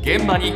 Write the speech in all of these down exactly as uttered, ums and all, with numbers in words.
現場に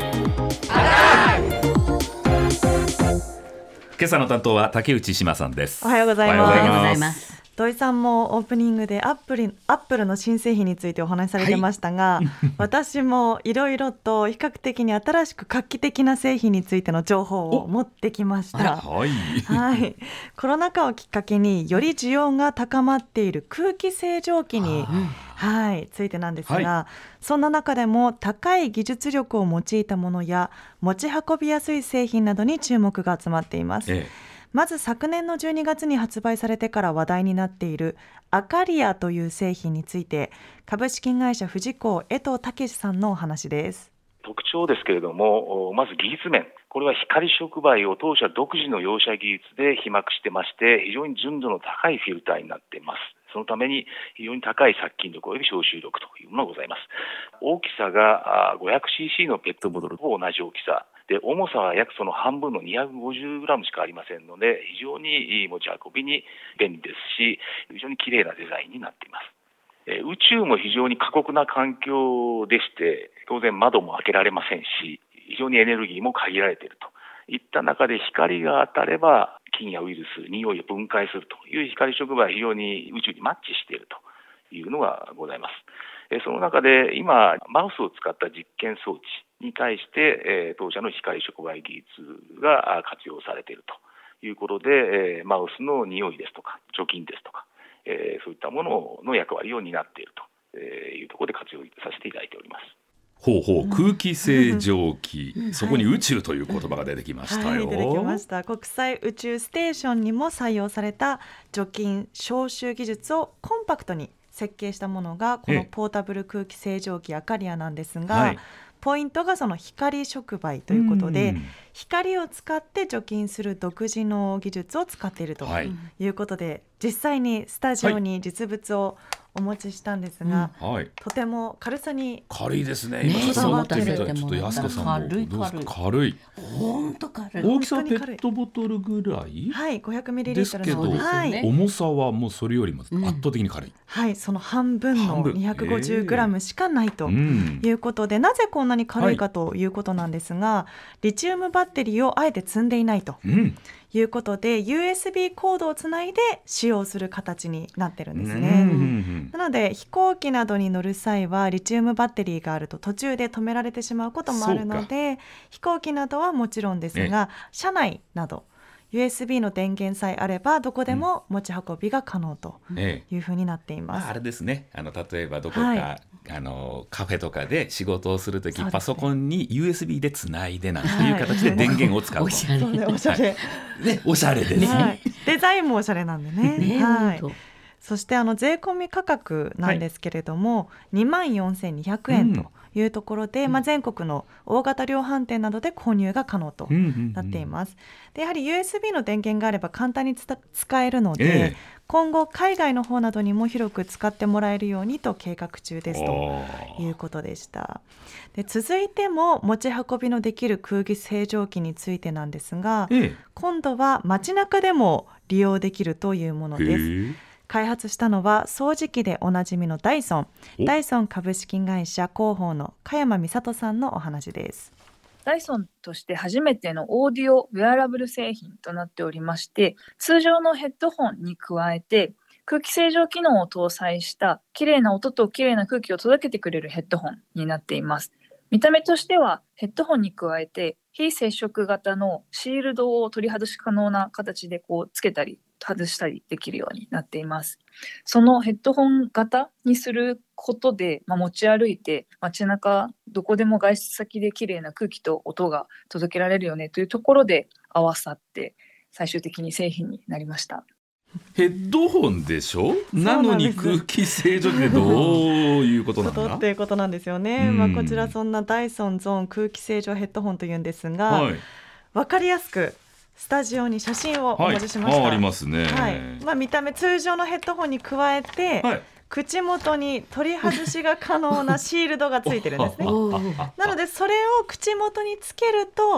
今朝の担当は竹内志麻さんです。 おはようございます。 おはようございます。 土井さんもオープニングでアップル、アップルの新製品についてお話しされてましたが、はい、私もいろいろと比較的に新しく画期的な製品についての情報を持ってきました。 はい、 はい、コロナ禍をきっかけにより需要が高まっている空気清浄機に、はい、ついてなんですが、はい、そんな中でも高い技術力を用いたものや持ち運びやすい製品などに注目が集まっています。ええ、まず昨年のじゅうにがつに発売されてから話題になっているアカリアという製品について、株式会社富士工江藤武さんのお話です。 特徴ですけれども、まず技術面、これは光触媒を当社独自の溶写技術で被膜してまして、非常に純度の高いフィルターになっています。そのために非常に高い殺菌力および消臭力というものがございます。大きさが ごひゃくシーシー のペットボトルと同じ大きさで、重さは約その半分の にひゃくごじゅうグラム しかありませんので、非常に持ち運びに便利ですし、非常に綺麗なデザインになっています。宇宙も非常に過酷な環境でして、当然窓も開けられませんし、非常にエネルギーも限られているといった中で、光が当たれば菌やウイルス、匂いを分解するという光触媒は非常に宇宙にマッチしているというのがございます。その中で今マウスを使った実験装置に対して当社の光触媒技術が活用されているということで、マウスの匂いですとか除菌ですとか、そういったものの役割を担っているというところで活用させていただいております。 ほうほう、空気清浄機、うん、そこに宇宙という言葉が出てきましたよ。 はい、出てきました。国際宇宙ステーションにも採用された除菌消臭技術をコンパクトに設計したものがこのポータブル空気清浄機アカリアなんですが、はい、ポイントがその光触媒ということで、光を使って除菌する独自の技術を使っているということで、はい、実際にスタジオに実物をお持ちしたんですが、はい、とても軽さに軽いですね。今触ってみたらちょっと安子さんも軽いどうですか。軽い、 本当軽い。 大きさはペットボトルぐらい、 はい、ごひゃくミリリットル のですけど、はい、重さはもうそれよりも圧倒的に軽い、うん、はい、 その半分の にひゃくごじゅうグラム しかないということで、えーうん、なぜこんなに軽いかということなんですが、はい、リチウムバッテリーをあえて積んでいないと、うんいうことで ユーエスビー コードをつないで使用する形になってるんですね。なので飛行機などに乗る際はリチウムバッテリーがあると途中で止められてしまうこともあるので、飛行機などはもちろんですが、車内など ユーエスビー の電源さえあればどこでも持ち運びが可能というふうになっています。 ええ、まあ、あれですね、あの例えばどこか、はい、あのカフェとかで仕事をするとき、ね、パソコンに ユーエスビー でつないでなんていう形で電源を使うと、 おしゃれ、 ね、おしゃれ、はいね、おしゃれですね、 はい、デザインもおしゃれなんで ね, ね、はい、そしてあの税込み価格なんですけれども、はい、にまんよんせんにひゃくえんというところで、うん、まあ、全国の大型量販店などで購入が可能となっています。でやはり ユーエスビー の電源があれば簡単に使えるので、えー、今後海外の方などにも広く使ってもらえるようにと計画中ですということでした。で続いても持ち運びのできる空気清浄機についてなんですが、えー、今度は街中でも利用できるというものです。開発したのは掃除機でおなじみのダイソンダイソン株式会社広報の加山美里さんのお話です。 ダイソンとして初めてのオーディオウェアラブル製品となっておりまして、通常のヘッドホンに加えて空気清浄機能を搭載した綺麗な音と綺麗な空気を届けてくれるヘッドホンになっています。見た目としてはヘッドホンに加えて非接触型のシールドを取り外し可能な形でこうつけたり外したりできるようになっています。そのヘッドホン型にすることで、まあ、持ち歩いて街中どこでも外出先で綺麗な空気と音が届けられるよねというところで合わさって最終的に製品になりました。 ヘッドホンでしょ。なのに空気清浄機でどういうことなんだことっていうことなんですよね、まあ、こちらそんなダイソンゾーン空気清浄ヘッドホンというんですが、はい、分かりやすくスタジオに写真をお持ちしました。 はい、あ、ありますね、 はい、まあ、見た目通常のヘッドホンに加えて、はい、口元に取り外しが可能なシールドがついてるんですねなのでそれを口元につけると、ええ、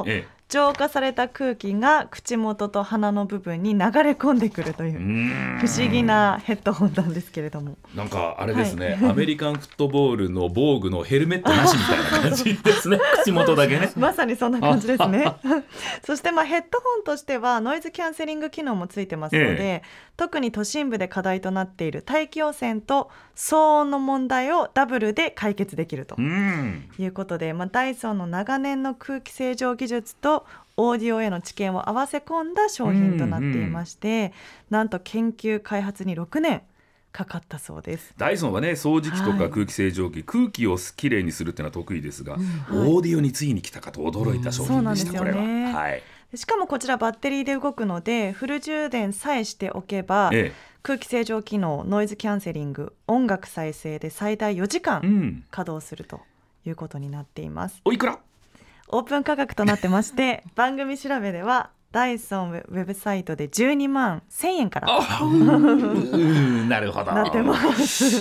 浄化された空気が口元と鼻の部分に流れ込んでくるという不思議なヘッドホンなんですけれども、 なんかあれですね、はい、アメリカンフットボールの防具のヘルメットなしみたいな感じですね口元だけねまさにそんな感じですねそしてまあヘッドホンとしてはノイズキャンセリング機能もついてますので、ええ、特に都心部で課題となっている大気汚染と騒音の問題をダブルで解決できるということで、まあ、ダイソンの長年の空気清浄技術とオーディオへの知見を合わせ込んだ商品となっていまして、うんうん、なんと研究開発にろくねんかかったそうです。 ダイソンはね、掃除機とか空気清浄機、はい、空気をきれいにするっていうのは得意ですが、うんはい、オーディオについに来たかと驚いた商品でした、うん、これは、はい、 しかもこちらバッテリーで動くのでフル充電さえしておけば、ええ、空気清浄機能、ノイズキャンセリング、音楽再生で最大よじかん稼働するということになっています、 うん、おいくら？ オープン価格となってまして番組調べではダイソンウェブサイトでじゅうにまんせんえんからなるほどなってます。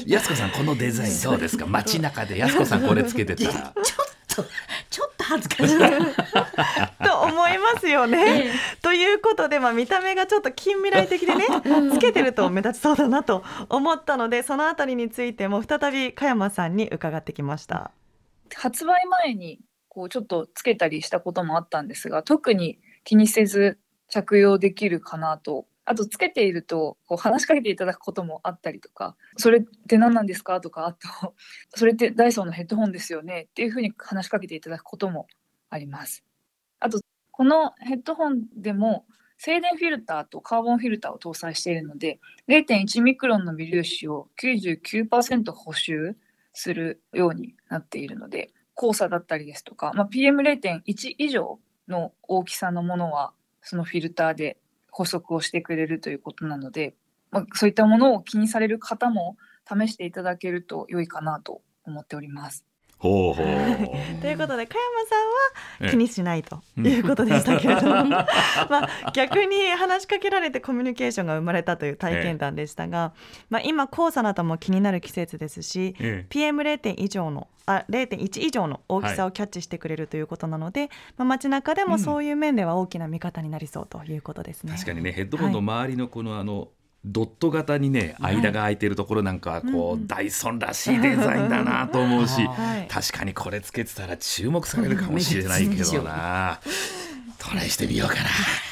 やすこさん、このデザインどうですか？街中でやすこさんこれつけてたらちょっとちょっと恥ずかしいと思いますよね、ええ、ということで、まあ、見た目がちょっと近未来的でねつけてると目立ちそうだなと思ったので、そのあたりについても再び加山さんに伺ってきました。 発売前にこうちょっとつけたりしたこともあったんですが、特に気にせず着用できるかなと。あとつけているとこう話しかけていただくこともあったりとか、それって何なんですかとか、あとそれってダイソンのヘッドホンですよねっていうふうに話しかけていただくこともあります。あとこのヘッドホンでも静電フィルターとカーボンフィルターを搭載しているので れいてんいち ミクロンの微粒子を きゅうじゅうきゅうパーセント 補修するようになっているので、黄砂だったりですとか、まあ、ピーエムれいてんいち 以上の大きさのものはそのフィルターで補足をしてくれるということなので、まあ、そういったものを気にされる方も試していただけると良いかなと思っております。 ほうほうということで加山さんは気にしないということでしたけれども、まあ、逆に話しかけられてコミュニケーションが生まれたという体験談でしたが、まあ、今黄砂なども気になる季節ですし、ピーエムれいてん 以上のあ れいてんいち 以上の大きさをキャッチしてくれるということなので、はい、まあ、街中でもそういう面では大きな味方になりそうということですね、 うん、確かにね、ヘッドホンの周りのこのあの、はい、ドット型にね間が空いてるところなんかこう、はい、ダイソンらしいデザインだなと思うし、はい、確かにこれつけてたら注目されるかもしれないけどなトライしてみようかな。